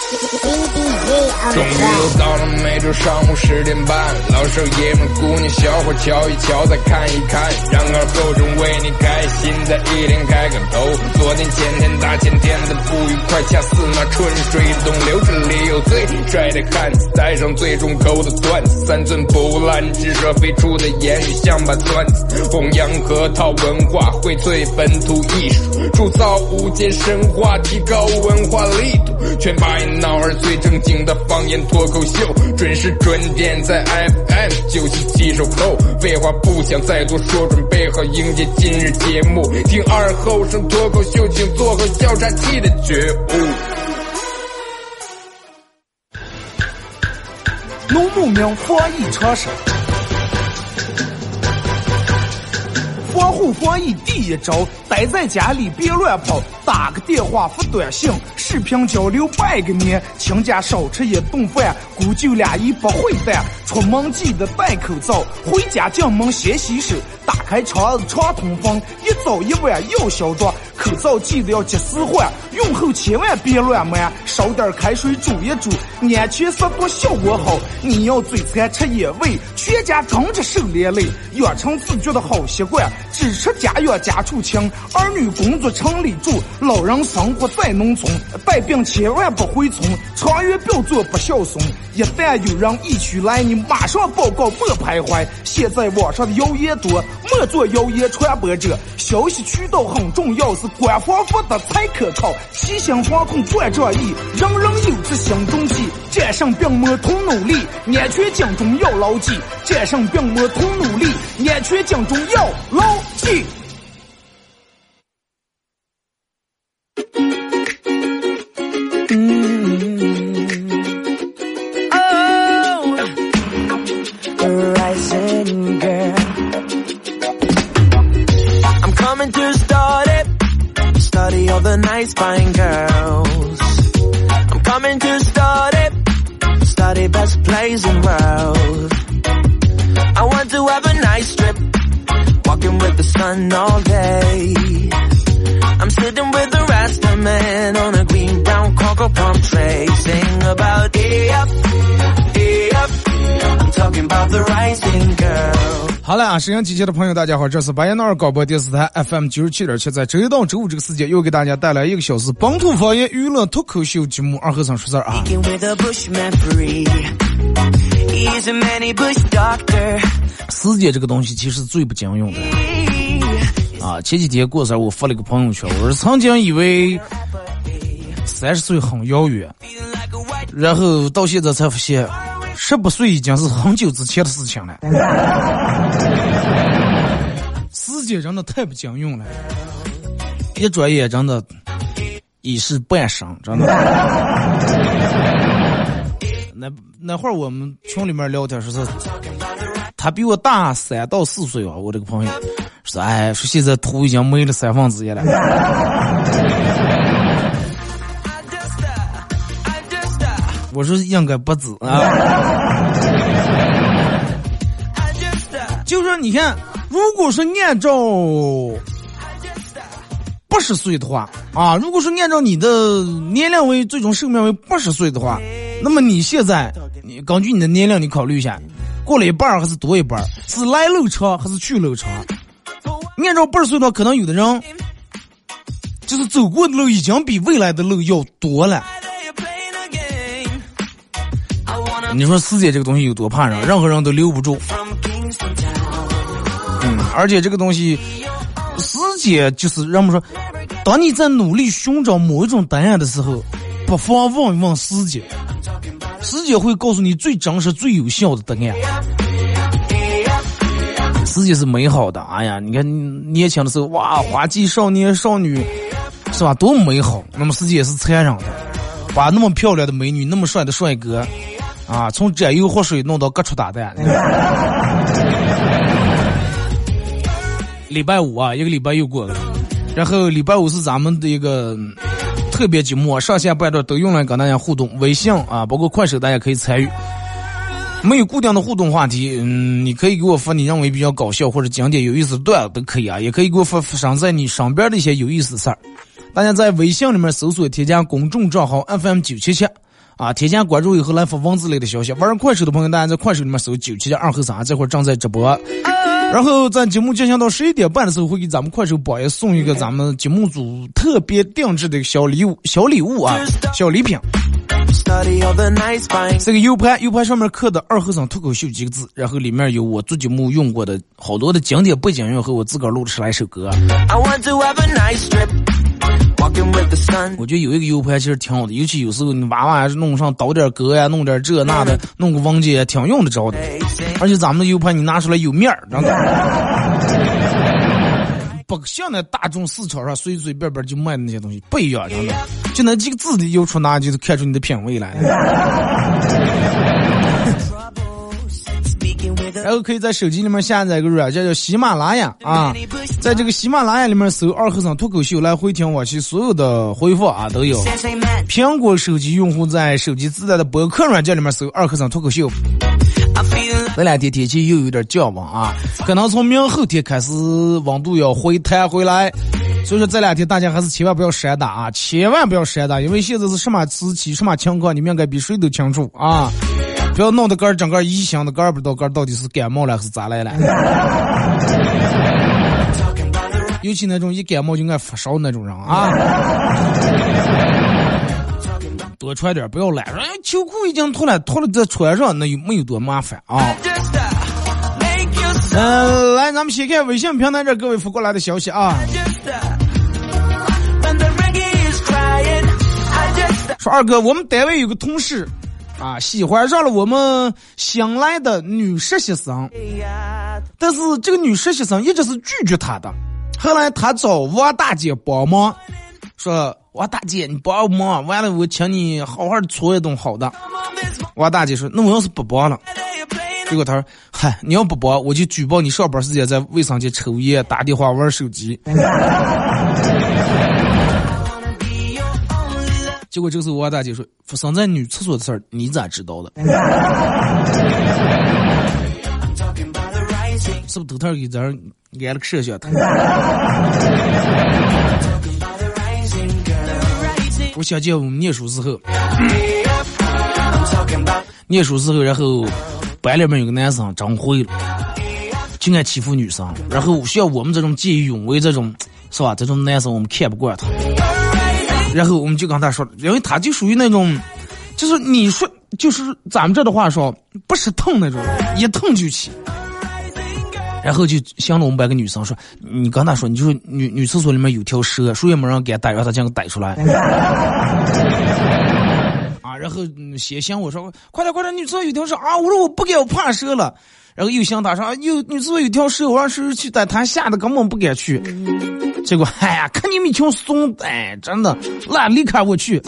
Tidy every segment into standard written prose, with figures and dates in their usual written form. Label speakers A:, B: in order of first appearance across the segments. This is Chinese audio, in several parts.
A: 终于又到了每周上午10点半，老少爷们姑娘小伙瞧一瞧再看一看，然而后正为你开心的一天开个头。昨天前天大前天的不愉快，恰似那春水东流，这里有最帅的汉子带上最重口的段子，3寸不烂之舌飞出的言语像把钻子，弘扬河套文化，荟萃本土艺术，铸造无间神话，提高文化力度，全把一闹儿最正经的方言脱口秀，准时准点在 FM 97收扣。废话不想再多说，准备好迎接今日节目，听2后生脱口秀，请做好笑岔气的觉悟。
B: 农牧民防疫常识，防护防疫第一招，待在家里别乱跑，打个电话发短信，视频交流拜个年，请假少吃一顿饭，姑舅俩一不会饭，出门记得戴口罩，回家进门先洗手，打开窗子常通风，一早一晚要消毒，口罩记得要及时换，用后千万别乱抹，烧点开水煮一煮，安全消毒效果好。你要嘴馋吃野味，全家跟着受连累，养成自觉的好习惯，只吃家养家畜清，儿女工作城里住，老人生活在农村，带病千万不回村，长远不要做不孝顺，一旦有人疫区来，你马上报告莫徘徊。现在网上的谣言多，莫做谣言传播者，消息渠道很重要，是官方发的才可靠，齐心防控断仗义，人人有志心中记，战胜病魔同努力，安全警钟要牢记，战胜病魔同努力，安全警钟要牢记。
C: All the nice fine girls, I'm coming to study best place in world. I want to have a nice trip, walking with the sun all day. I'm sitting with the Rasta man on a green brown cocoa palm tray, sing about AF, I'm talking about the rising girl.
B: 好了啊，沈阳机器的朋友大家好，这是白彦淖尔广播电视台 FM 97.7，在周一到周五这个时间又给大家带来1个小时本土方言娱乐脱口秀节目2和尚说事儿啊。时间这个东西其实最不经用的啊。前几天过生日我发了一个朋友圈，我是曾经以为30岁很遥远，然后到现在才发现18岁已经是很久之前的事情了。时间真的太不经用了，一转眼真的已是半生，真的。那会儿我们群里面聊天说是，他比我大3到4岁啊，我这个朋友说，哎，说现在图已经没了1/3了。我说应该不止啊。就是你看，如果说按照80岁的话啊，如果说按照你的年龄为最终寿命为80岁的话，那么你现在你根据你的年龄你考虑一下，过了一半还是多一半，是来路长还是去路长？按照80岁的话，可能有的人就是走过的路已经比未来的路要多了。你说时间这个东西有多怕人，任何人都留不住。而且这个东西，时间就是让我们说，当你在努力寻找某一种答案的时候，不妨问一问时间，时间会告诉你最真实、最有效的答案。时间是美好的，哎呀，你看年轻的时候，哇，花季少年少女，是吧？多美好。那么时间也是残忍的，把那么漂亮的美女、那么帅的帅哥，啊，从沾油喝水弄到各处打蛋。礼拜五啊，一个礼拜又过了，然后礼拜五是咱们的一个特别节目，上下半段都用来跟大家互动，微信啊，包括快手，大家可以参与。没有固定的互动话题，你可以给我发你认为比较搞笑或者讲点有意思的段子都可以啊，也可以给我发上在你身边的一些有意思的事儿。大家在微信里面搜索添加公众账号 FM977 啊，添加关注以后来发文字类的消息。玩快手的朋友，大家在快手里面搜97.2和3，这会儿正在直播。然后在节目进行到11点半的时候，会给咱们快手榜爷送一个咱们节目组特别定制的小礼物啊，小礼品。这个 U 盘上面刻的2和3脱口秀几个字，然后里面有我做节目用过的好多的经典背景音和我自个儿录出来一首歌。我觉得有一个 U 盘其实挺好的，尤其有时候你娃娃弄上导点歌呀，弄点这那的，弄个网节挺用得着的。而且咱们的 U 盘你拿出来有面儿，真的不像那大众市场上随随便便就卖的那些东西不一样，真的就那几个字的有出拿就是看出你的品味来然后可以在手机里面下载一个软件叫喜马拉雅啊，在这个喜马拉雅里面搜2和3脱口秀来回听往期所有的回复啊都有。苹果手机用户在手机自带的播客软件里面搜2和3脱口秀。这两天天气又有点降温啊，可能从明后天开始温度要弹回来，所以说这两天大家还是千万不要闪打啊，千万不要闪打，因为现在是什么时期什么情况，你们应该比谁都清楚啊。不要弄得个整个异乡的个不知道个到底是感冒了还是咋来了。尤其那种一感冒就爱发烧那种人啊，多穿点，不要懒。秋裤已经脱了再穿上，那没有多麻烦啊。来，咱们先看微信平台这各位发过来的消息啊。说二哥，我们单位有个同事啊，喜欢上了我们新来的女实习生，但是这个女实习生一直是拒绝他的。后来他找王大姐帮忙，说王大姐你帮我忙，完了我请你好好搓一顿好的。王大姐说那我要是不帮了，结果他说嗨，你要不帮我就举报你上班时间在卫生间抽烟打电话玩手机。结果这个时候王大姐说发生在女厕所的事儿你咋知道的？是不是头头给咱挨了个摄像头？我想起我们念书时候，然后班里面有个男生长会了，就爱欺负女生，然后像我们这种见义勇为这种是吧，这种男生我们看不惯他，然后我们就跟他说，因为他就属于那种就是你说就是咱们这的话说不是疼那种，一疼就起。然后就想了我们班个女生说，你跟他说，你就说女厕所里面有条蛇，谁也没人给他逮，让他这样逮出来。啊，然后先想我说，快点，女厕所有条蛇啊！我说我不敢，我怕蛇了。然后又想他说，女厕所有条蛇，我让谁去逮，他吓得根本不敢去。结果，哎呀，看你们一群怂，哎，真的，离开我去。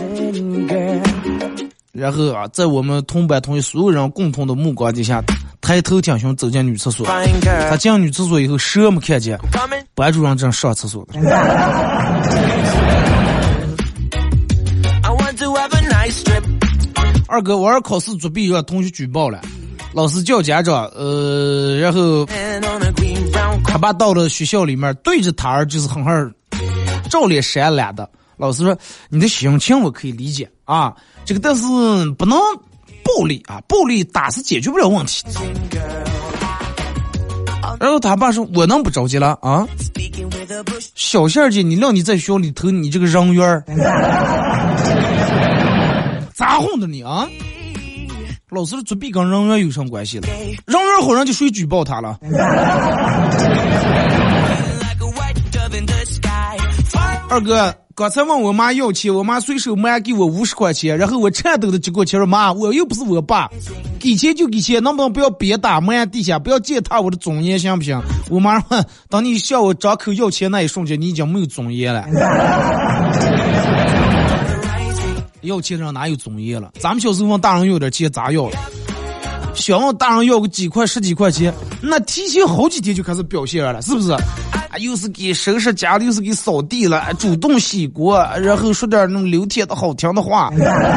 B: 然后啊，在我们同班同学所有人共同的目光底下，抬头挺胸走进女厕所。他进女厕所以后，蛇没看见，班主任正上厕所的。二哥，我儿考试作弊让同学举报了，老师叫家长，然后他爸到了学校里面，对着他儿就是狠狠照脸扇脸的。老师说，你的心情我可以理解啊，这个但是不能暴力啊，暴力打是解决不了问题。然后他爸说，我能不着急了啊？小馅儿姐，你让你在学校里头，你这个人缘咋哄的你啊？老师的作弊跟人缘有什么关系了？人缘好人就谁举报他了？二哥，刚才问我妈要钱，我妈随手买给我50块钱，然后我颤抖的接过钱说，妈，我又不是我爸，给钱就给钱，能不能不要别打埋地下，不要践踏我的尊严行不行？我妈说，当你向我张口要钱那一瞬间，你已经没有尊严了。要钱上哪有尊严了？咱们小时候问大人要点钱咋要了？想问大人要个几块10几块钱，那提前好几天就开始表现了，是不是？啊，又是给收拾家里，又是给扫地了，主动洗锅，然后说点那种流帖的好听的话。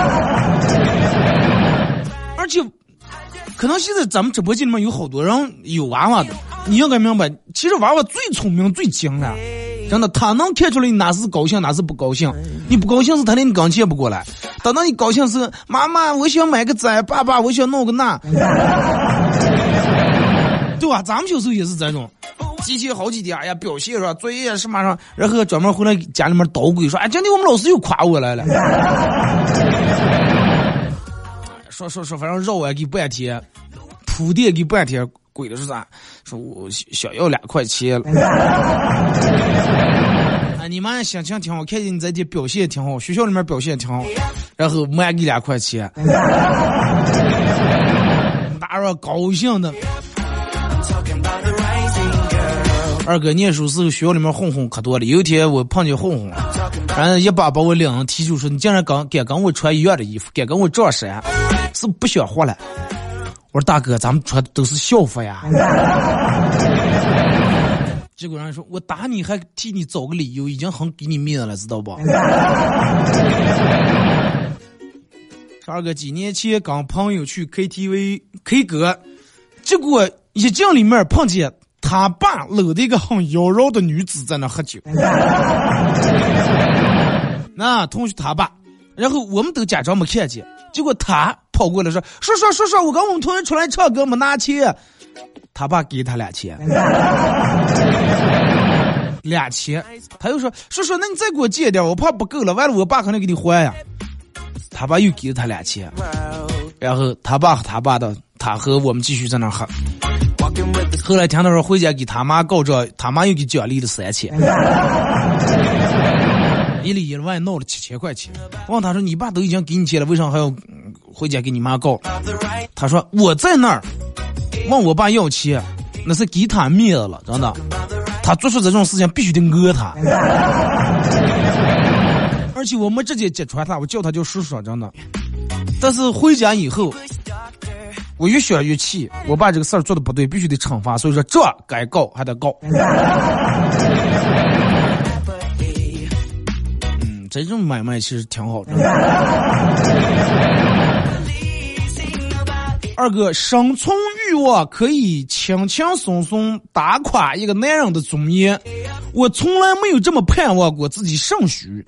B: 而且可能现在咱们直播间里面有好多人有娃娃的，你应该明白，其实娃娃最聪明最精了，真的，他能看出来你哪是高兴哪是不高兴，你不高兴是他连你刚切不过来， 等到你高兴时，妈妈我想买个这，爸爸我想弄个那，对吧？咱们小时候也是这种，提前好几天呀，表现上作业什么上，然后专门回来家里面捣鬼说，哎，今天我们老师又夸我来了，说，反正绕我给半天，铺垫给半天，鬼的是啥？说我想要2块钱了。啊，你妈心情挺好，看见你在这表现挺好，学校里面表现挺好，然后妈给2块钱，大伙高兴的。二哥念书时候学校里面混混可多了，有一天我碰见混混，然后一把我领上提出说，你竟然敢跟我穿一样的衣服，敢跟我撞衫，是不想活了。我说大哥，咱们穿的都是校服呀。结果人说，我打你还替你找个理由，已经很给你面子了，知道不？二哥几年前跟朋友去 KTV K 歌，结果一进里面碰见他爸搂着一个很妖娆的女子在那喝酒。那同学他爸，然后我们都假装没看见，结果他跑过来说，我跟我们同学出来唱歌没拿钱，他爸给他2000，他又说，那你再给我借点，我怕不够了，完了我爸可能给你还呀。他爸又给了他2000，然后他爸和他和我们继续在那喝。后来听到说回家给他妈告状，他妈又给奖励了3000，一里一外闹了7000块钱。问他说，你爸都已经给你钱了，为啥还要回家给你妈告？他说，我在那儿问我爸要钱，那是给他面子了，真的，他做出这种事情必须得讹他。而且我们直接揭穿他，我叫他叫叔叔，真的。但是回家以后，我越想越气，我爸这个事儿做的不对，必须得惩罚，所以说这该告还得告。这种买卖其实挺好的。二哥，生存欲望可以轻轻松松打垮一个男人的尊严，我从来没有这么盼望过自己肾虚。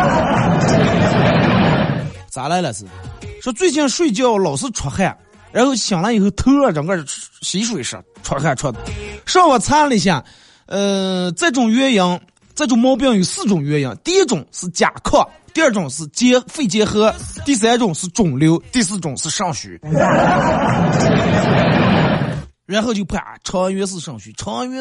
B: 咋来了是？说最近睡觉老是出汗，然后醒来以后头整个洗水似出汗出的。上网查了一下，这种毛病有4种原因。第一种是甲亢，第二种是肺结核，第三种是肿瘤，第4种是肾虚。然后就怕长原是肾虚。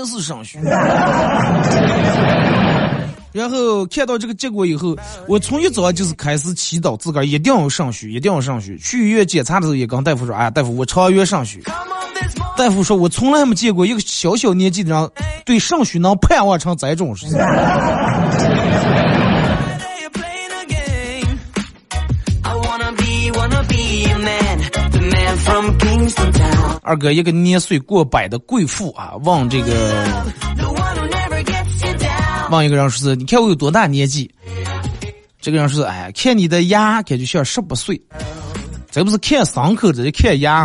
B: 然后看到这个结果以后，我从一早就是开始祈祷自个儿一定要肾虚。去医院检查的时候也跟大夫说，哎，大夫我长原肾虚。大夫说，我从来没见过一个小年纪的人对肾虚能盼望成这种事情。二哥，一个年岁过百的贵妇啊，问一个人说，你看我有多大年纪？这个人说，哎，看你的牙感觉像18岁。这不是看伤口，这是看牙。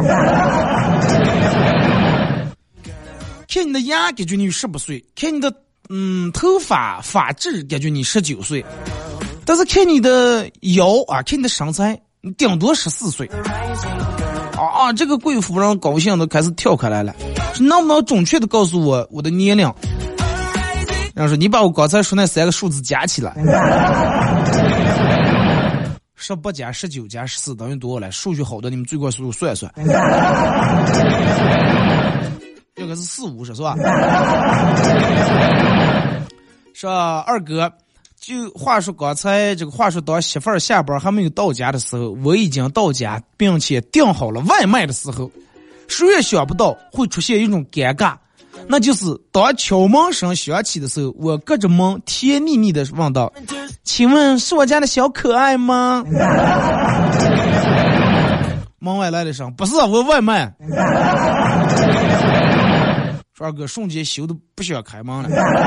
B: 看你的牙感觉你18岁，看你的头发发质感觉你19岁，但是看你的腰啊，看你的身材，你顶多14岁。这个贵妇人高兴的开始跳开来了，能不能准确的告诉我的年龄？然后说，你把我刚才说那3个数字加起来，18加19加14等于多少来？数学好的你们最快速度算一算。这个是450是吧？是吧，二哥。就话说刚才这个话说，当媳妇儿下班还没有到家的时候，我已经到家并且订好了外卖的时候，谁也想不到会出现一种尴尬，那就是当敲门声响起的时候，我隔着门甜腻腻的问道，请问是我家的小可爱吗？门外来了声，不是我外卖。说二哥瞬间羞得不想开门了。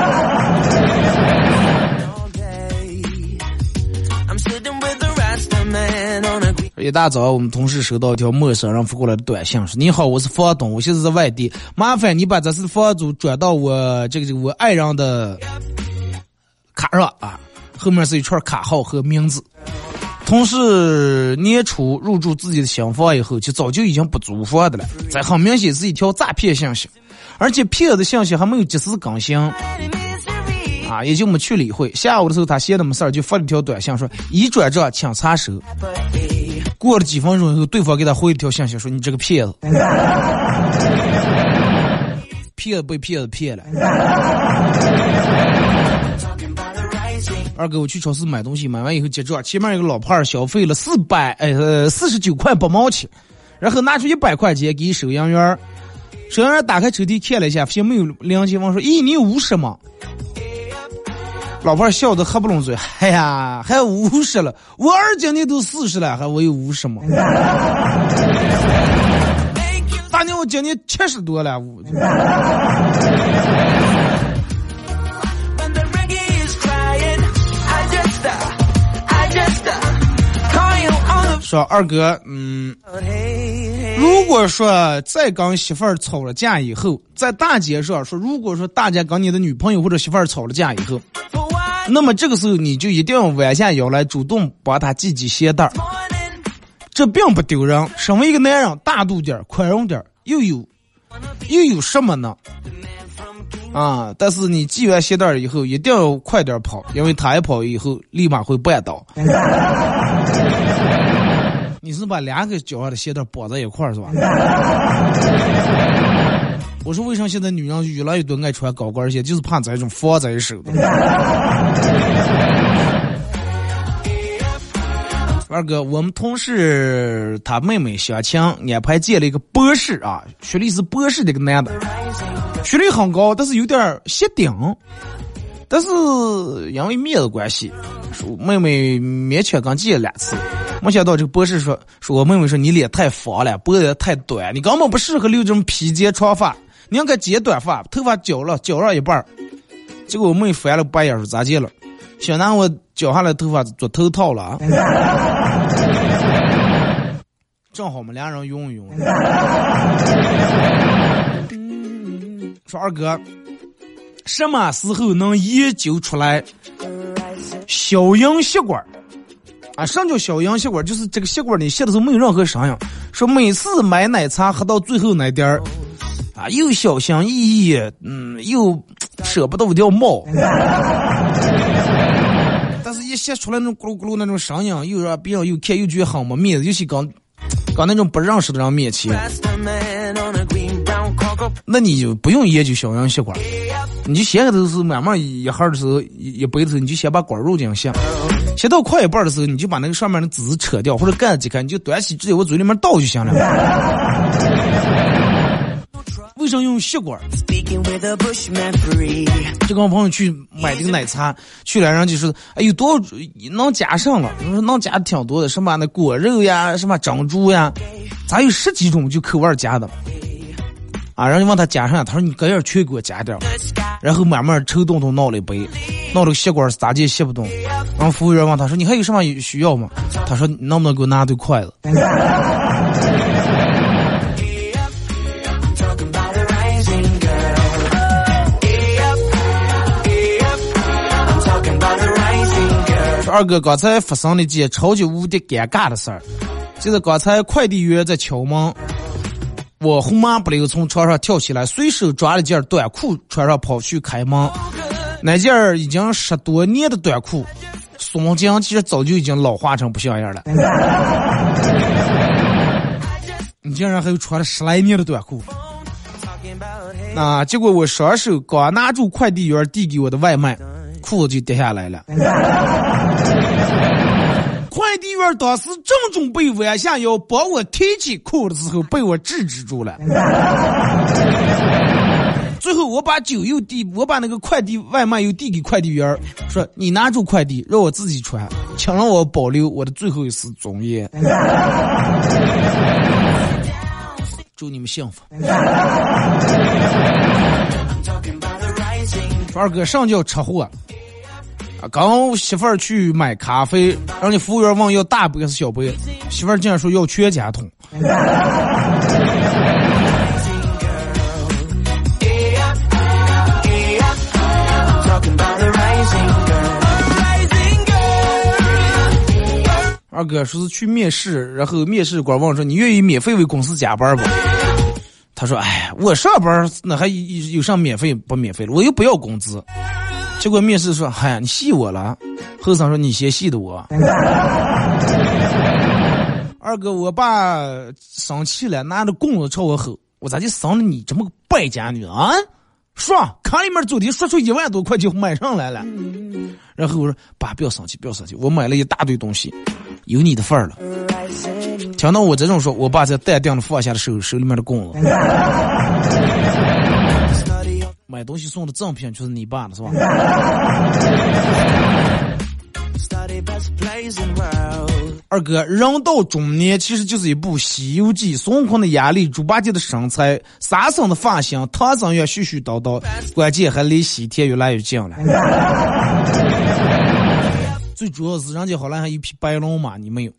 B: 一大早我们同事收到一条陌生人发过来的短信，说，你好，我是房东，我现在在外地，麻烦你把这次房租转到我这个我爱人的卡上啊，后面是一串卡号和名字。 同事年初入住自己的新房以后，就早就已经不租房的了，这很明显是一条诈骗信息，而且骗的信息还没有及时更新啊，也就没去理会。下午的时候他闲的没事儿，就发了一条短信说已转账请查收。过了几分钟以后，对方给他回一条信息说你这个骗子，骗被骗子骗了。二哥，我去超市买东西，买完以后结账，前面有个老胖消费了49块8毛钱，然后拿出100块钱给收银员，收银员打开抽屉看了一下，发现没有零钱，问说：“咦，你有50吗？”老胖笑得合不拢嘴，哎呀，还有50了，我儿今年都40了，还我有50吗？大娘，我今年70多了。说二哥，如果说在跟媳妇儿吵了架以后，在大街上说，如果说大家跟你的女朋友或者媳妇儿吵了架以后，那么这个时候你就一定要弯下腰来主动帮他系鞋带，这并不丢人。身为一个男人，大度点宽容点，又有什么呢？啊！但是你系完鞋带以后一定要快点跑，因为他一跑以后立马会绊倒。你是把2个脚上的鞋带绑在一块儿是吧？我说为什么现在女人越来越多爱穿高跟鞋，就是怕这种放在手的。二哥，我们同事他妹妹相亲，安排见了一个博士啊，学历是博士的一个男的，学历很高，但是有点斜顶，但是因为面子关系，说妹妹勉强刚见了2次。没想到这个博士说我妹妹说你脸太方了，脖子太短，你根本不适合留这种披肩长发，你应该剪短发，头发绞上一半。结果我妹翻了白眼说咋接了？想拿我绞下来头发做头套了啊！正好我们2人用一用。说二哥，什么时候能研究出来小阴血管？啊，什么叫小阴血管？就是这个血管你吸的时候没有任何声音，说每次买奶茶喝到最后那点儿，啊，又小心翼翼，又舍不得掉冒，但是一吸出来那种咕噜咕噜那种声音，又让别人又看又觉得很没面子，尤其刚那种不认识的人面前，那你就不用研究小阴血管，你就先个都是慢慢一盒的时候一杯的时候，你就先把管入进去，写到快一半的时候，你就把那个上面的纸扯掉，或者盖几开，你就端起直接我嘴里面倒就行了。为什么用吸管？就跟我朋友去买这个奶茶，去了人就说，哎有多能加上了，我说能加的挺多的，什么那果肉呀，什么珍珠呀，咋有10几种就口味加的。啊，然后就问他加上，他说你隔样全给我加点，然后慢慢抽动闹了一杯，闹了个吸管咋地吸不动，然后服务员问他说你还有什么需要吗？他说你能不能给我拿对筷子？说二哥，刚才发生了一件超级无敌尴尬的事儿，就是刚才快递员在敲门。我红妈不溜从床上跳起来，随手抓了件短裤穿上跑去开门。那件已经10多年的短裤，松紧其实早就已经老化成不像样了。你竟然还有穿了10来年的短裤。那结果我双手刚拿住快递员递给我的外卖，裤子就跌下来了。快递员当时正准备弯下腰帮我提起裤的时候，被我制止住了。最后我把那个快递外卖又递给快递员，说你拿住快递让我自己穿，请让我保留我的最后一丝尊严。祝你们幸福。二哥上叫车祸啊，刚媳妇儿去买咖啡，让你服务员问要大杯还是小杯，媳妇儿竟然说要全家桶。 二哥说是去面试，然后面试官问说你愿意免费为公司加班不？他说哎，我上班那还有上免费不免费了，我又不要工资。结果面试说哎呀你戏我了，后生说你先戏的我。二哥我爸生气了，拿着棍子朝我吼，我咋就生了你这么个败家女啊？说卡里面昨天说出1万多块就买上来了。然后我说爸不要生气不要生气，我买了一大堆东西，有你的份儿了。听到我这种说，我爸在淡定的放下了手里面的棍子。买东西送的赠品就是你爸的是吧？二哥，人到中年其实就是一部《西游记》，孙悟空的压力，猪八戒的身材，沙僧的发型，唐僧也絮絮叨叨，关键还离西天越来越近了。最主要是人家好像还一匹白龙马，你没有。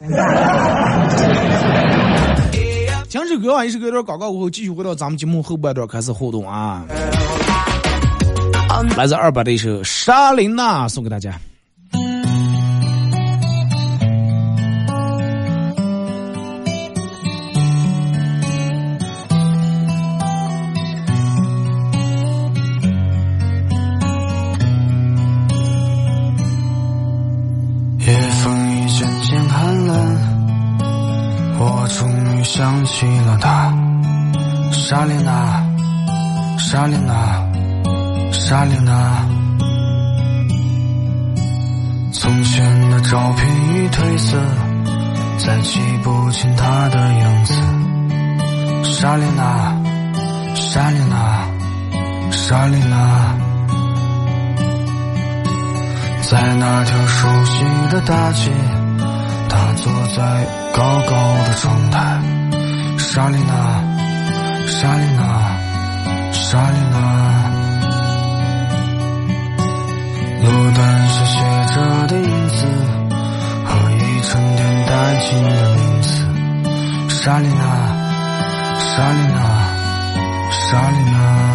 B: 听这歌啊，一首歌段广告过后，继续回到咱们节目后半段开始互动啊。来自200的一首《莎琳娜》送给大家。
D: 想起了他，莎琳娜，莎琳娜，莎琳娜。从前的照片已褪色，再记不清她的样子。莎琳娜，莎琳娜，莎琳娜。在那条熟悉的大街，她坐在高高的窗台。莎琳娜，莎琳娜，莎琳娜。路灯上写着的影子和一沉淀殆尽的名字。莎琳娜，莎琳娜，莎琳娜。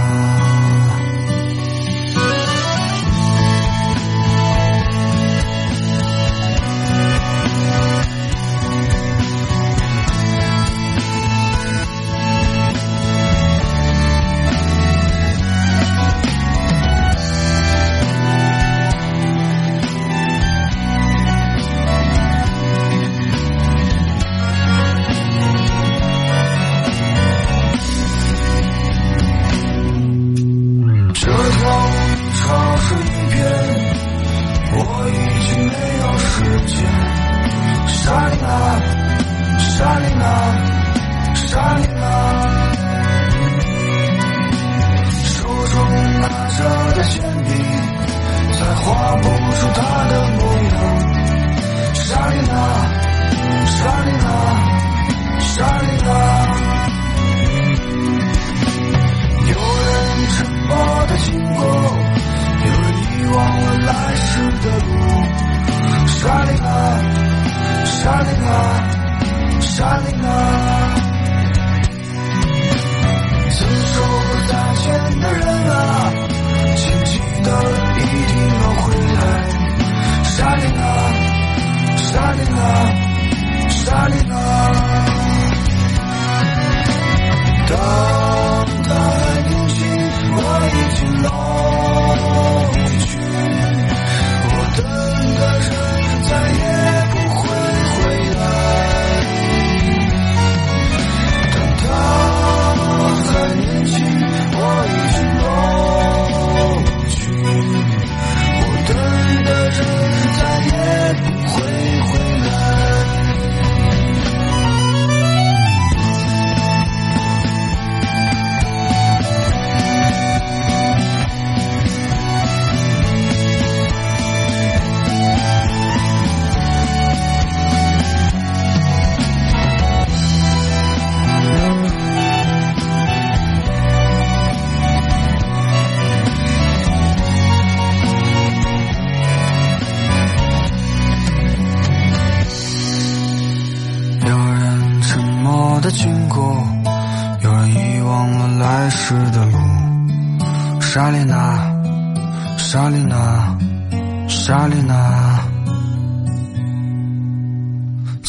D: 莎琳娜，莎琳娜，莎琳娜。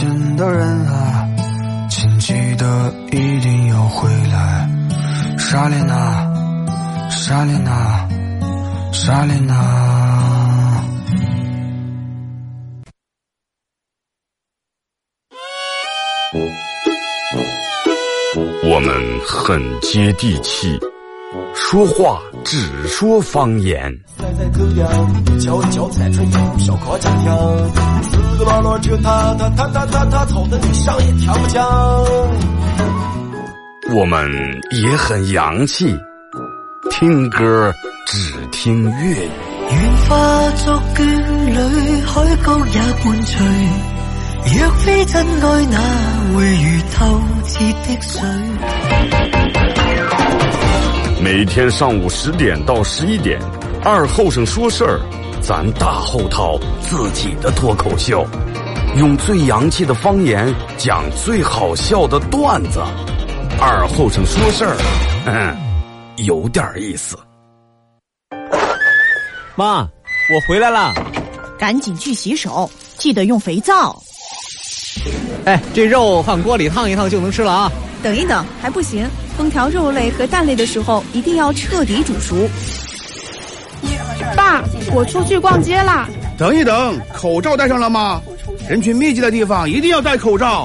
D: 见的人啊，请记得一定要回来。莎莲娜，莎莲娜，莎莲娜。
E: 我们很接地气，说话只说方言。
C: 脚脚踩春风，小靠墙条，四个老就他，吵得你上也跳不响。
E: 我们也很洋气，听歌只听粤语。
F: 愿化作眷侣，海角也伴随。若非真爱，哪會如透徹的水？
E: 每天上午10點到11點，二後生說事兒，咱大後套自己的脫口秀，用最洋氣的方言講最好笑的段子。二後生說事兒，有點意思。
G: 媽，我回來了，
H: 趕緊去洗手，記得用肥皂。
G: 哎，这肉放锅里烫一烫就能吃了啊！
I: 等一等，还不行，烹调肉类和蛋类的时候一定要彻底煮熟。
J: 爸，我出去逛街啦。
B: 等一等，口罩戴上了吗？人群密集的地方一定要戴口罩。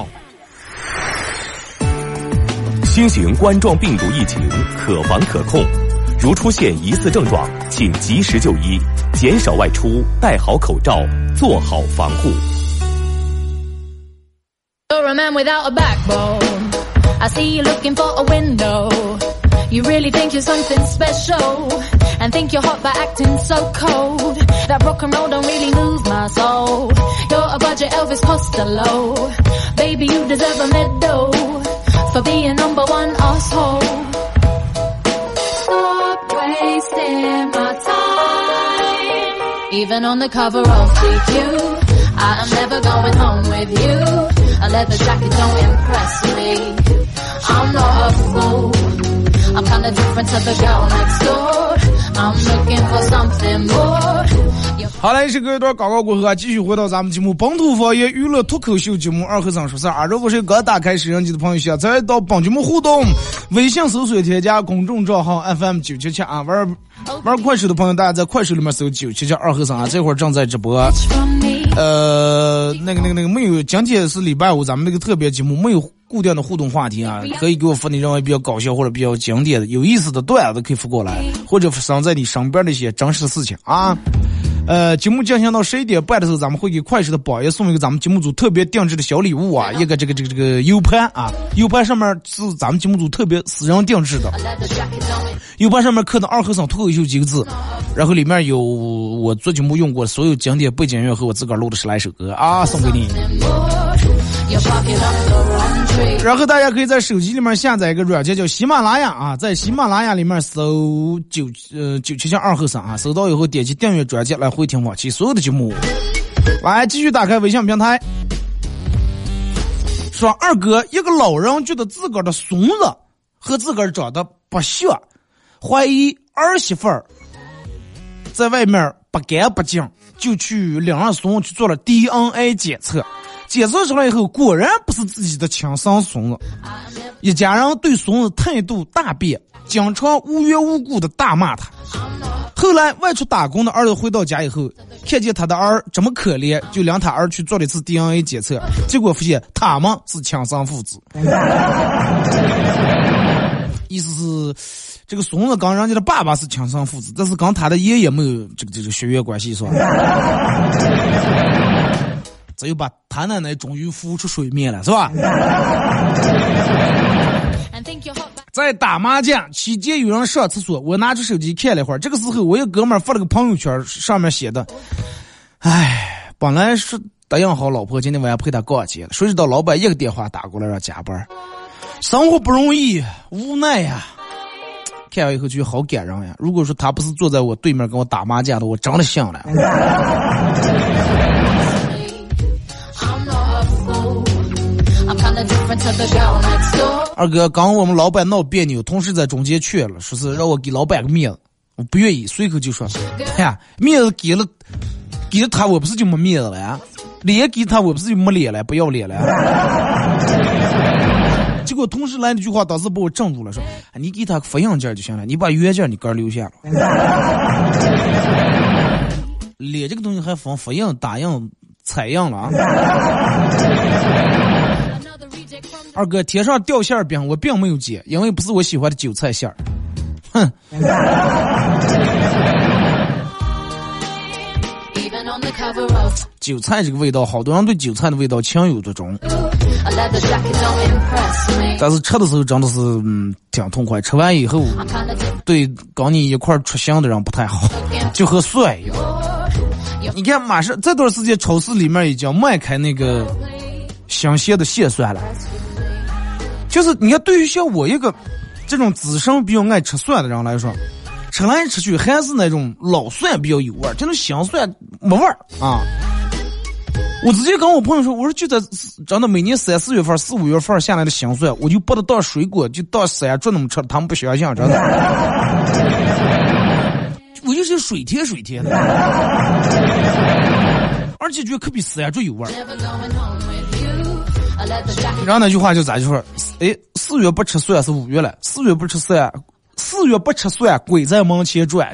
K: 新型冠状病毒疫情可防可控，如出现疑似症状，请及时就医，减少外出，戴好口罩，做好防护。
L: You're a man without a backbone. I see you looking for a window. You really think you're something special and think you're hot by acting so cold. That rock and roll don't really move my soul. You're a budget Elvis Costello. Baby, you deserve a medal for being number one asshole. Stop wasting my time. Even on the cover of GQ, I am never going home with you.A leather jacket don't impress me. I'm not a fool. I'm kinda different to the girl next door. I'm looking for something more.
B: 好嘞，是隔一段广告过后啊，继续回到咱们节目本土方言娱乐脱口秀节目二和尚说事儿。如果是刚打开摄像机的朋友，下载到本节目互动，微信搜索添加公众账号 FM977啊，玩快手的朋友，大家在快手里面搜977二和尚啊，这会儿正在直播。那个没有，今天是礼拜五，咱们那个特别节目没有固定的互动话题啊，可以给我发你认为比较搞笑或者比较经典的、有意思的段子可以发过来，或者发生在你身边的一些真实事情啊。节目进行到11点半的时候，咱们会给快手的榜爷送一个咱们节目组特别定制的小礼物啊，一个这个 U 盘啊 ，U 盘上面是咱们节目组特别私人定制的 ，U 盘上面刻的二和尚脱口秀几个字，然后里面有我做节目用过的所有经典背景音乐和我自个儿录的10来首歌啊，送给你。然后大家可以在手机里面下载一个软件叫喜马拉雅啊，在喜马拉雅里面搜977二和尚啊，搜到以后点击订阅专辑来回听往期所有的节目。来继续打开微信平台，说二哥，一个老人觉得自个儿的孙子和自个儿长得不像，怀疑儿媳妇儿在外面不干不净，就去领着孙去做了 DNA 检测。检测出来以后，果然不是自己的亲生孙子。一家人对孙子态度大变，经常无缘无故的大骂他。后来外出打工的儿子回到家以后，看见他的儿这么可怜，就领他儿去做了一次 DNA 检测，结果发现他们是亲生父子。意思是这个孙子跟人家的爸爸是亲生父子，但是跟他的爷爷没有这个血缘关系，是吧？这又把他奶奶终于浮出水面了，是吧？在打麻将期间，有人上厕所，我拿出手机看了一会儿。这个时候，我一哥们儿发了个朋友圈，上面写的：“哎，本来是答应好老婆今天晚上陪他逛街了，谁知道老板一个电话打过来让加班，生活不容易，无奈呀。”看完以后就好感人呀。如果说他不是坐在我对面跟我打麻将的，我真的信了。二哥，刚我们老板闹别扭，同事在中间劝了，说是让我给老板个面子，我不愿意，随口就说：“哎呀，面子给了他，我不是就没面子了呀？” 脸给他，我不是就没脸了，不要脸了。结果同事来那句话，当时把我镇住了，说：“你给他复印件就行了，你把原件你个留下了。”脸这个东西还分复印、打印、彩印了啊！二哥，贴上掉馅饼，我并没有接，因为不是我喜欢的韭菜馅儿。哼。韭菜这个味道，好多人对韭菜的味道情有独钟，但是吃的时候真的是挺痛快，吃完以后对跟你一块出行的人不太好，就和蒜一样。你看马上这段时间超市里面已经卖开那个香鲜的蟹蒜了，就是你看对于像我一个这种自身比较爱吃蒜的人来说，吃来吃去还是那种老蒜比较有味儿，这种香蒜没味儿啊。我直接跟我朋友说，我说就在真的每年3、4月份、4、5月份下来的香蒜，我就把它当水果，就当山竹那么吃，他们不相信，真的。我就是水甜水甜的，而且觉得可比山竹有味儿。然后那句话就咋就说，4月不吃蒜是5月了，4月不吃蒜，4月不吃蒜，鬼在门前转。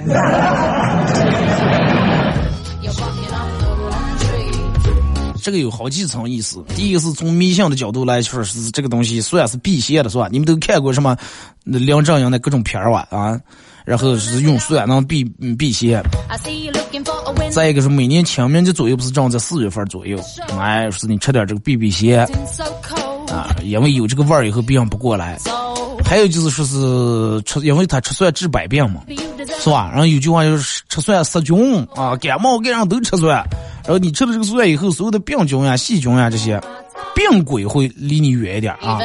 B: 这个有好几层意思。第一个是从迷信的角度来说，是这个东西蒜是辟邪的，是吧？你们都看过什么梁正英的各种片儿吧？啊，然后是用蒜能辟邪。再一个是每年清明节左右，不是正在4月份左右，是你吃点这个辟邪啊，因为有这个味儿以后病不过来。还有就是说是因为他吃蒜治百病嘛，是吧？然后有句话就是吃蒜杀菌啊，感冒感染都吃蒜。然后你吃了这个蒜以后，所有的病菌呀、细菌呀这些病鬼会离你远一点啊。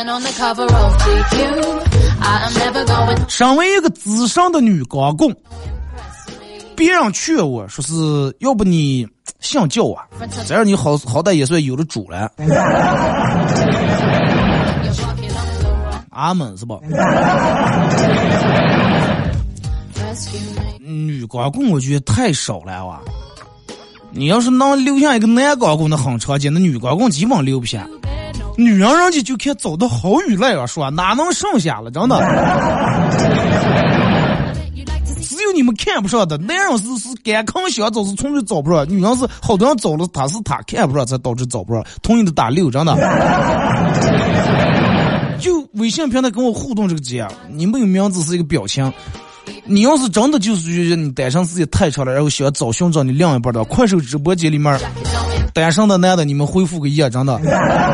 B: 身为一个资深的女光棍，别人劝我说是要不你信教啊，这样你好歹也算有了主了。阿门是吧？女光棍我觉得太少了哇。你要是能留下一个男光棍的很常见，那女光棍基本留不下。女人人家就看走的好与赖啊，说哪能剩下了，真的。只有你们看不上的，男人是敢扛想走是从这走不上，女人是好多人走了，他看不上才导致走不上，同意的打6，真的。就微信平台跟我互动这个节，你没有名字是一个表情。你要是真的就是觉得你单身时间太长了，然后想找寻找你另一半的，快手直播间里面单身的男的，你们回复个1，真的。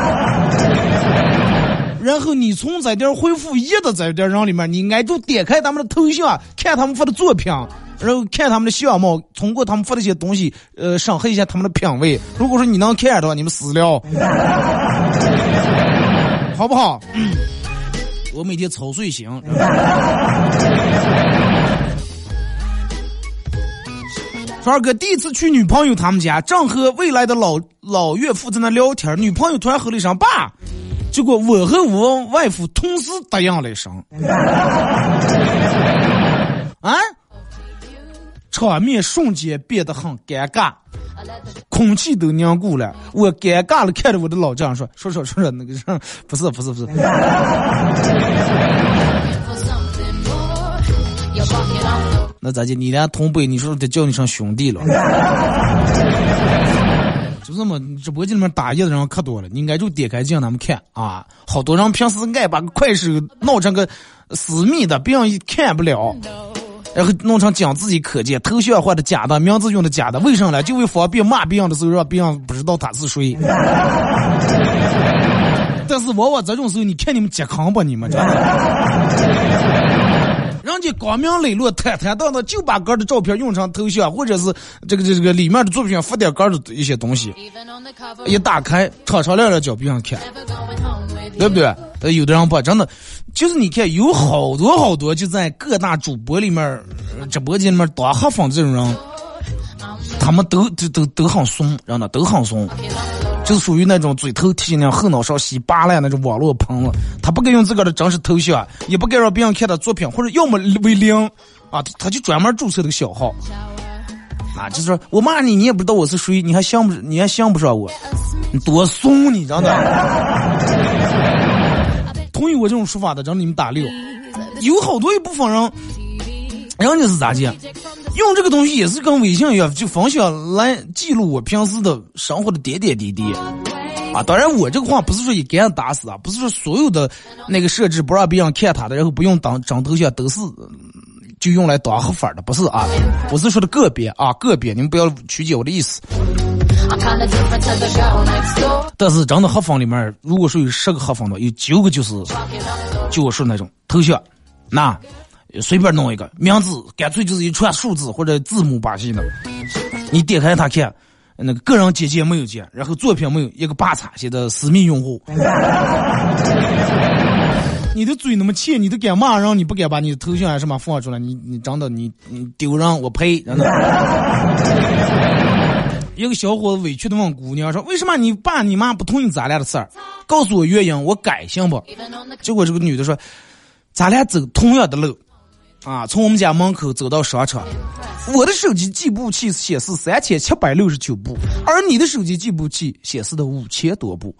B: 然后你从在点回复1的在点人里面，你挨住点开他们的头像，看他们发的作品，然后看他们的相貌，通过他们发的一些东西，审核一下他们的品味。如果说你能看的话，你们私聊，好不好？我每天操碎行。二哥第一次去女朋友他们家，正和未来的老岳父在那聊天，女朋友突然吼了一声爸，结果我和我外父同时答应了一声。啊！场面瞬间变得很尴尬，空气都凝固了。我尴尬了，看着我的老丈说那个上，不是。那咋的？你俩同辈，你说得叫你上兄弟了。就这么直播间里面打野的人可多了，你应该就点开镜他们看啊。好多人平时爱把个快手闹成个私密的，别人看不了。然后弄成讲自己可见，头像画的假的，名字用的假的，为什么呢？就为方便骂别人的时候让别人不知道他是谁。但是往往这种时候，你看你们健康吧，你们真的，人家光明磊落、坦坦荡荡，就把哥的照片用成头像，或者是这个里面的作品发点哥的一些东西，一打开，敞亮亮叫别人看，对不对？有的人不真的。就是你看有好多就在各大主播里面直播间里面当黑粉这种人，他们都很怂，真的都很怂，就是属于那种嘴头提那后脑勺洗扒烂那种网络喷了。他不该用自个的真实头像，也不该让别人看他作品，或者要么为零啊，他就专门注册这个小号。 啊，就是说我骂你，你也不知道我是谁，你还想不上我，你多怂你，真的。同意我这种说法的，让你们打6。有好多一部分人，人家是咋讲？用这个东西也是跟微信一样，就分享来记录我平时的生活的点点滴滴。啊，当然我这个话不是说一给人打死啊，不是说所有的那个设置不让别人看他的，然后不用长头像都是就用来当黑粉的，不是啊，我是说的个别啊，个别，你们不要曲解我的意思。但是真的黑粉里面，如果说有10个黑粉的，有9个就我说那种头像，那随便弄一个名字，干脆就是一串数字或者字母把戏的，你点开他看。那个个人简介没有见，然后作品没有一个8叉写的私密用户。你的嘴那么欠，你都敢骂人，你不敢把你的头像还是什么放出来，你真的你丢人，我呸！真的。一个小伙子委屈的问姑娘说：“为什么你爸你妈不同意咱俩的事儿？告诉我原因，我改行不？”结果这个女的说：“咱俩走同样的路。”啊，从我们家门口走到商场，我的手机计步器显示3769步，而你的手机计步器显示的5000多步。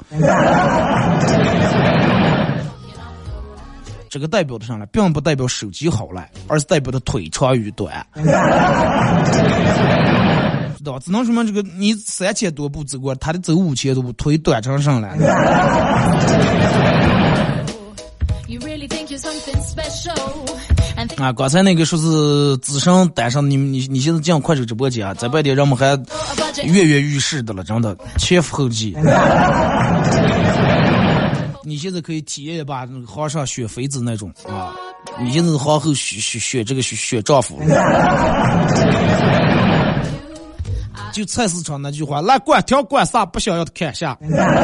B: 这个代表的上来，并不代表手机好赖，而是代表的腿长与短。知道，只能说明这个你3000多步走过，他的走5000多步，腿短成上来。啊，刚才那个说是自身单身，你现在进快手直播间啊，在外地人们还跃跃欲试的了，真的前赴后继。你现在可以体验一把那个皇上选妃子那种啊，你现在是皇后选这个选丈夫了。就菜市场那句话，来管条管啥，不想要的看下。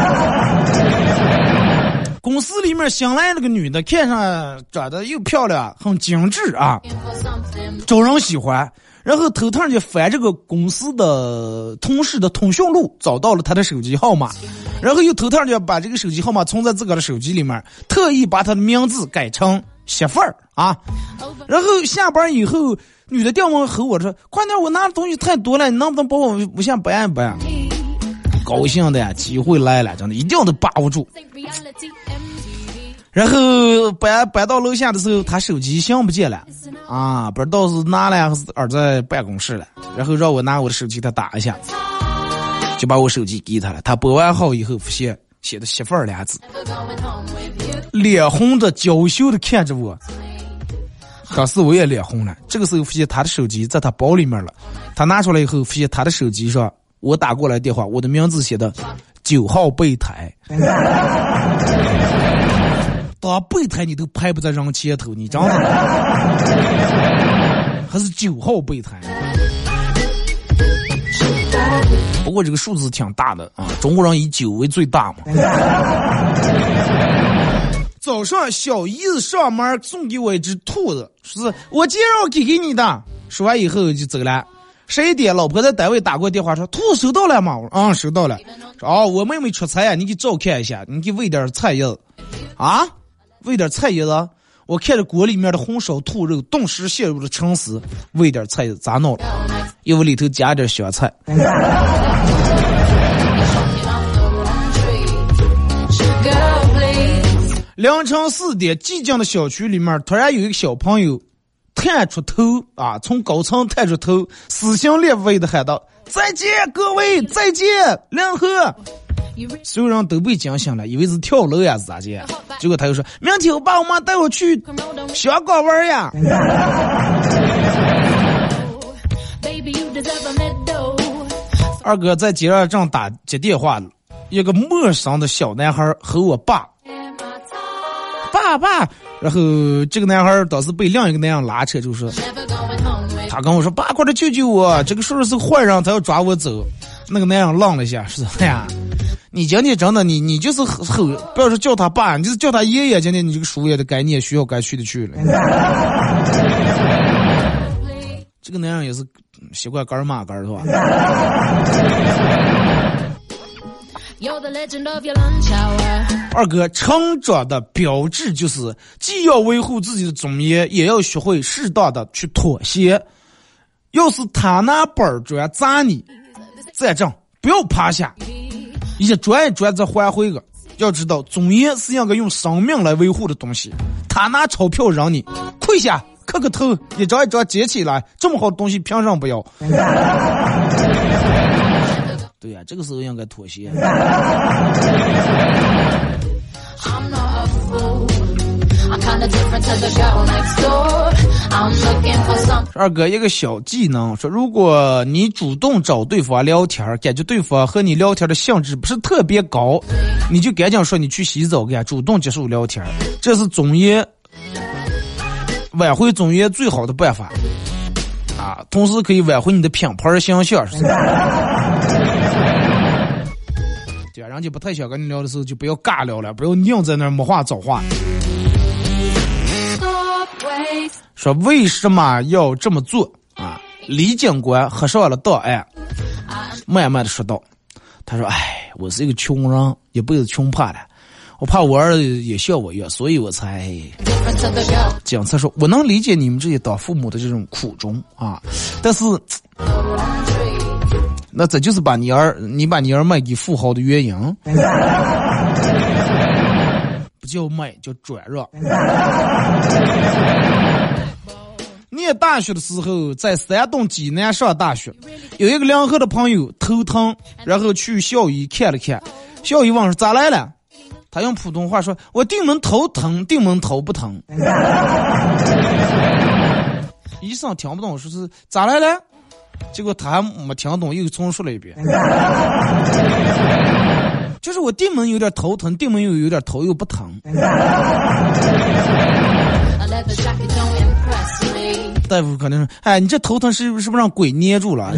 B: 公司里面新来那个女的，看上长得又漂亮，很精致啊，招人喜欢。然后头趟就翻这个公司的同事的通讯录，找到了他的手机号码，然后又头趟就把这个手机号码存在自个的手机里面，特意把他的名字改成媳妇儿啊。然后下班以后，女的电话和我说：“快点，我拿的东西太多了，你能不能帮我无线搬一搬？”高兴的呀，机会来了，真的一定要把握住。然后搬到楼下的时候，他手机响不见了啊，不知道是拿了还是耳在办公室了。然后让我拿我的手机，他打一下，就把我手机给他了。他拨完号以后，发现写的媳妇儿俩字，脸红的娇羞的看着我。当时我也脸红了。这个时候发现他的手机在他包里面了，他拿出来以后，发现他的手机上我打过来电话，我的名字写的9号备胎。当备胎你都拍不在人前头，你知道吗？还是9号备胎。不过这个数字挺大的啊，中国人以9为最大嘛。早上小姨子上门送给我一只兔子，说是我今儿给你的。说完以后就走了。11点，老婆在单位打过电话说：“兔子收到了吗？”我说：“收到了。”说：“哦，我妹妹出差啊，你给照看一下，你给喂点菜叶子。”啊，喂点菜叶子？我看着锅里面的红烧兔肉，顿时陷入了沉思。喂点菜叶子咋弄了？因为里头加点香菜。凌晨4点，寂静的小区里面突然有一个小朋友探出头啊，从高层探出头，撕心裂肺的喊道：“再见，各位，再见，梁河！”所有人都被惊醒了，以为是跳楼呀是咋的？结果他又说：“明天我爸我妈带我去香港玩呀。”二哥在街上正接电话了，一个陌生的小男孩和我爸，然后这个男孩当时被另一个男人拉扯，就说他跟我说：“爸，快点救救我，这个叔叔是个坏人，他要抓我走。”那个男人愣了一下，说：“哎呀，你今天真的你就是不要说叫他爸，你就是叫他爷爷，今天你这个书也得该念，学校该去的去了。”这个男人也是习惯干骂干是吧？二哥，成长的标志就是既要维护自己的尊严，也要学会适当的去妥协。 要是他拿板砖砸你，再正不要趴下，一转再还回个。要知道，尊严是应该用生命来维护的东西。他拿钞票让你跪下，磕个头，一张一张接起来，这么好的东西凭什么不要？对呀，这个时候应该妥协。二哥，一个小技能说，如果你主动找对方聊天，感觉对方和你聊天的兴致不是特别高，你就赶紧说你去洗澡，给他主动结束聊天，这是总结挽回总结最好的办法啊！同时可以挽回你的品牌形象。对啊，人家不太想跟你聊的时候，就不要尬聊了，不要硬在那儿没话找话。说为什么要这么做啊？李警官合上了档案，慢慢的说道：“他说，我是一个穷人，一辈子穷怕了，我怕我儿子也像我一样，所以我才。”警察说：“我能理解你们这些当父母的这种苦衷啊，但是，那这就是把你把你儿卖给富豪的原因。”不叫卖，叫转让。念大学的时候，在山东济南上大学，有一个梁河的朋友头疼，然后去校医看了看，校医问说咋来了？他用普通话说：“我定门头疼，定门头不疼。”医生听不懂，说是咋来了？结果他还没听懂，又重说了一遍。就是我定门有点头疼，定门又有点头又不疼。大夫可能说：“你这头疼是不是让鬼捏住了？”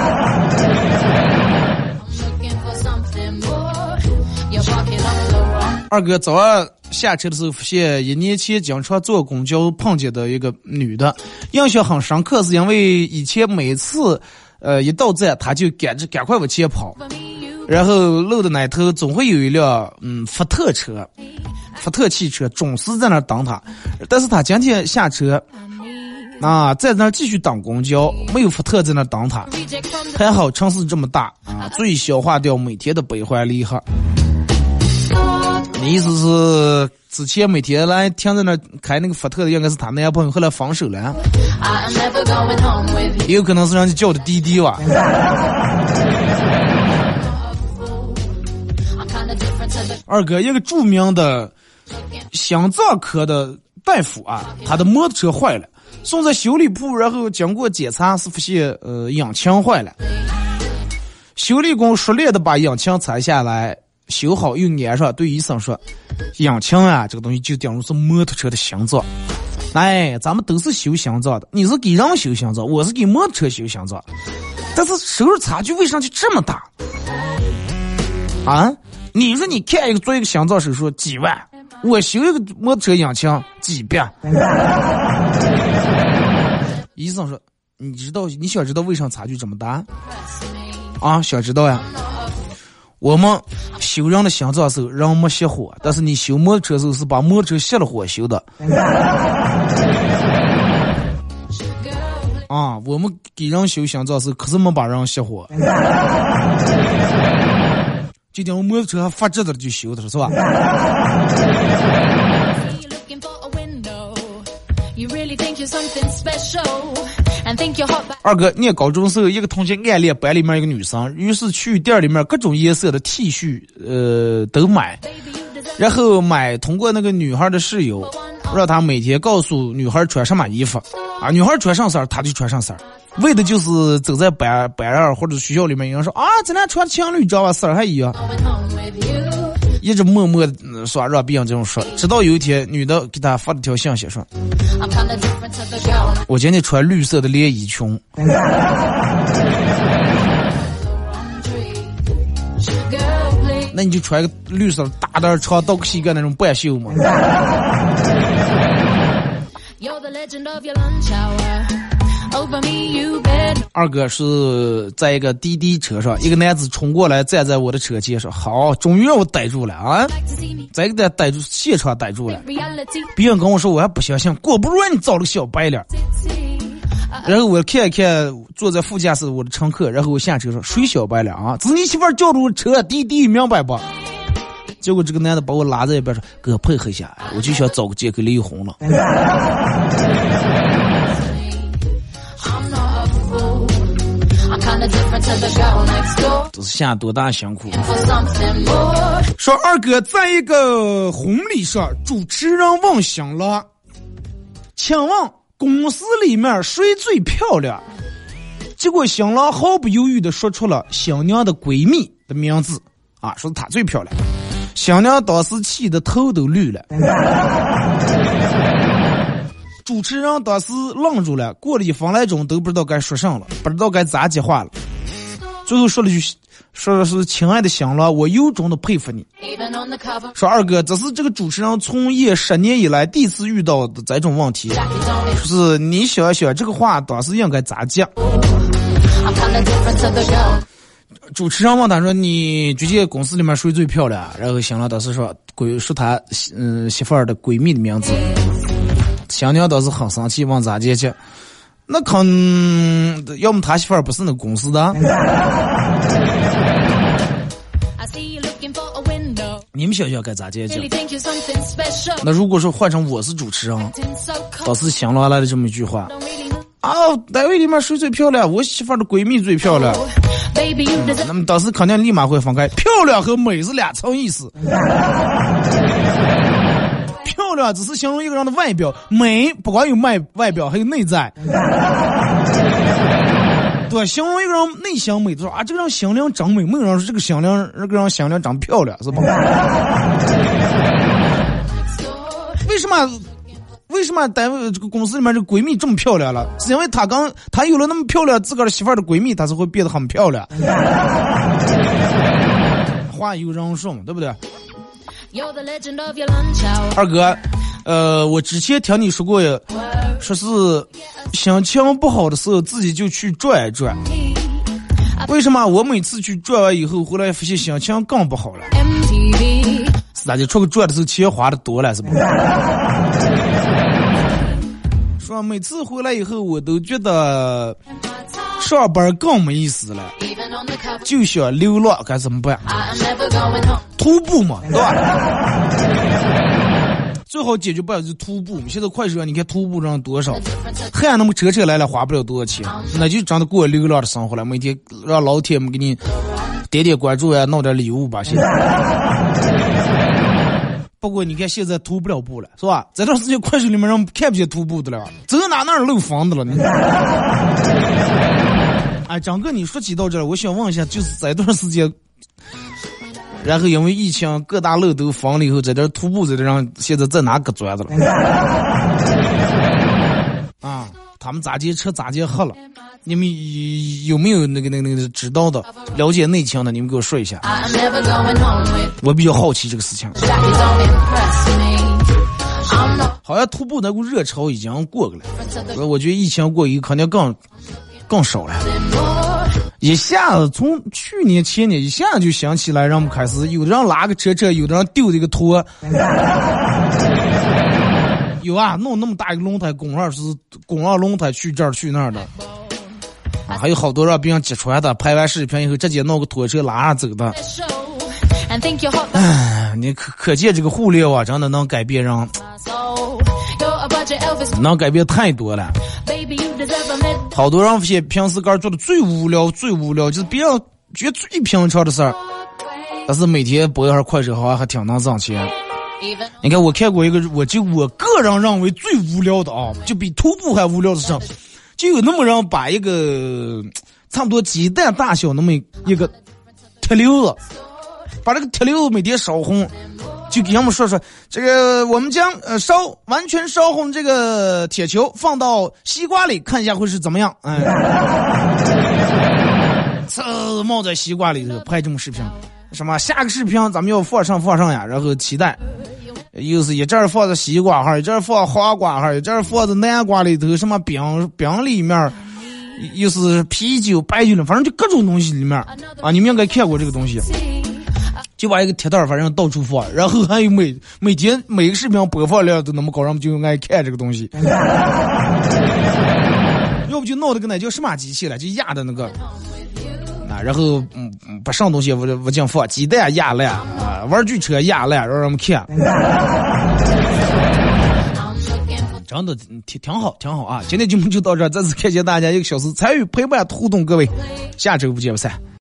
B: 二哥早上下车的时候，发现1年前经常坐公交碰见的一个女的，印象很深刻，是因为以前每次一到站，她就赶快往前跑。然后路的那头总会有一辆福特汽车总是在那等他，但是他今天下车在那继续等公交，没有福特在那等他，还好城市这么大啊，足以消化掉每天的悲欢离合。你意思是之前每天来停在那开那个福特的应该是他男朋友，后来分手了，也有可能是让你叫的滴滴吧。二哥，一个著名的心脏科的大夫啊，他的摩托车坏了，送在修理铺，然后经过检查是发现引擎坏了，修理工熟练的把引擎拆下来修好又粘上，对医生说：“引擎啊，这个东西就等于是摩托车的心脏。咱们都是修心脏的，你是给人修心脏，我是给摩托车修心脏，但是收入差距为啥就这么大啊？你说你看做一个心脏手术几万，我修一个摩托车引擎几百。”医生说：“你想知道为啥差距这么大啊？想知道呀？我们修人的心脏时候人没熄火，但是你修摩托车时候是把摩托车熄了火修的。啊，我们给人修心脏时候可是没把人熄火。就等摩托车还发质的就修的是吧？”二哥，念高中时候，一个同学暗恋班里面一个女生，于是去店里面各种颜色的 T 恤都买，然后通过那个女孩的室友，让她每天告诉女孩穿什么衣服啊，女孩穿上色她就穿上色，为的就是走在班上或者学校里面，有人说啊，咱俩穿情侣装吧，色还一样，一直默默说让别人这种说，直到有一天女的给他发了条信息说：“我今天穿绿色的连衣裙。”那你就穿个绿色的大点长到膝盖那种半袖嘛。二哥是在一个滴滴车上，一个男子冲过来站在我的车前说：“好，终于让我逮住了啊！”再给他逮住，现场逮住了。别人跟我说我还不相信，果不然你找了个小白脸。 然后我看一看坐在副驾驶我的乘客，然后我下车说水小白了啊，这是你媳妇叫住车滴滴明白不？结果这个男的把我拉在一边说，哥配合一下，我就想找个借口离婚了。这是下多大辛苦。说二哥在一个婚礼上，主持人问新郎，请问公司里面谁最漂亮？结果新郎毫不犹豫地说出了新娘的闺蜜的名字啊，说她最漂亮。新娘当时气得头都绿了。主持人当时愣住了，过了1分来钟都不知道该说什么了，不知道该咋接话了。最后说了句，说的是亲爱的新郎，我由衷的佩服你。说二哥，这是这个主持人从业10年以来第一次遇到的这种问题，就是你想一想这个话当时应该咋讲。主持人问他说，你觉得公司里面谁最漂亮？然后新郎当时说他媳妇儿的闺蜜的名字。新娘倒是很生气，问咋解决？那要么他媳妇儿不是那公司的。你们想想该咋解决？那如果说换成我是主持人，倒是新郎来了这么一句话啊，单位里面谁最漂亮？我媳妇儿的闺蜜最漂亮。那么当时肯定立马会分开，漂亮和美是2层意思。漂亮只是形容一个人的外表，美不光有外表，还有内在。对，形容一个人内向美，说啊，这个人心灵长美，没有人说这个人心灵长漂亮，是吧？为什么单位这个公司里面这个闺蜜这么漂亮了？是因为她有了那么漂亮自个儿的媳妇儿的闺蜜，她是会变得很漂亮。话有人说嘛，对不对？二哥，我之前听你说过，说是心情不好的时候自己就去转一转。为什么我每次去转完以后回来发现心情更不好了？是大家出去转的时候钱花的多了，是不？说每次回来以后我都觉得上班更没意思了，就想流浪，该怎么办？徒步嘛，对吧？最好解决办法就是徒步。现在快车你看徒步上多少，还那么车来了花不了多少钱，那就真的过流浪的生活了。每天让老铁们给你点点关注呀，弄点礼物吧。现在不过你看现在徒不了步了，是吧？这段时间快手里面人看不见徒步的了，走哪漏房的了。哎，张哥，你说起到这儿，我想问一下，就是这段时间，然后因为疫情各大路都封了以后，在这徒步在这让现在在哪个转的了？啊，他们咋接车咋接喝了？你们有没有那个知道的、了解内情的？你们给我说一下。我比较好奇这个事情。好像徒步那股热潮已经过了，我觉得疫情过以后肯定更少了。一下子从去年前年一下子就想起来，让我们开始有的人拉个车，有的人丢这个拖。有啊，弄那么大一个轮胎，拱上轮胎去这儿去那儿的。啊，还有好多让别人揭穿的，拍完视频以后直接弄个拖车拉上走的。哎，你可见这个互联网真的能改变人，能改变太多了。好多人些平时干做的最无聊，就是别人觉得最平常的事儿，但是每天播一下快手好像还挺能挣钱。你看我看过一个，我个人认为最无聊的啊，就比徒步还无聊的事，就有那么人把一个差不多鸡蛋大小那么一个铁溜子，把这个铁溜子每天烧红，就给他们说这个我们将完全烧红这个铁球放到西瓜里，看一下会是怎么样。哎，冒在西瓜里头拍这种视频，什么下个视频咱们要放上呀，然后期待。又是一阵儿放在西瓜哈，一阵儿放黄瓜哈，一阵儿放在南瓜里头，什么饼里面，又是啤酒、白酒里，反正就各种东西里面啊，你们应该看过这个东西。就把一个铁蛋反正到处放，然后还有每天每个视频播放量都那么高，然后就爱看这个东西。要要不就弄那个那叫什么机器了，就压的那个啊，然后把上东西我讲放鸡蛋压烂啊，玩具车压烂，让人们看。真的挺好啊！今天节目就到这儿，再次感谢大家1个小时参与陪伴互动，各位，下周不见不散。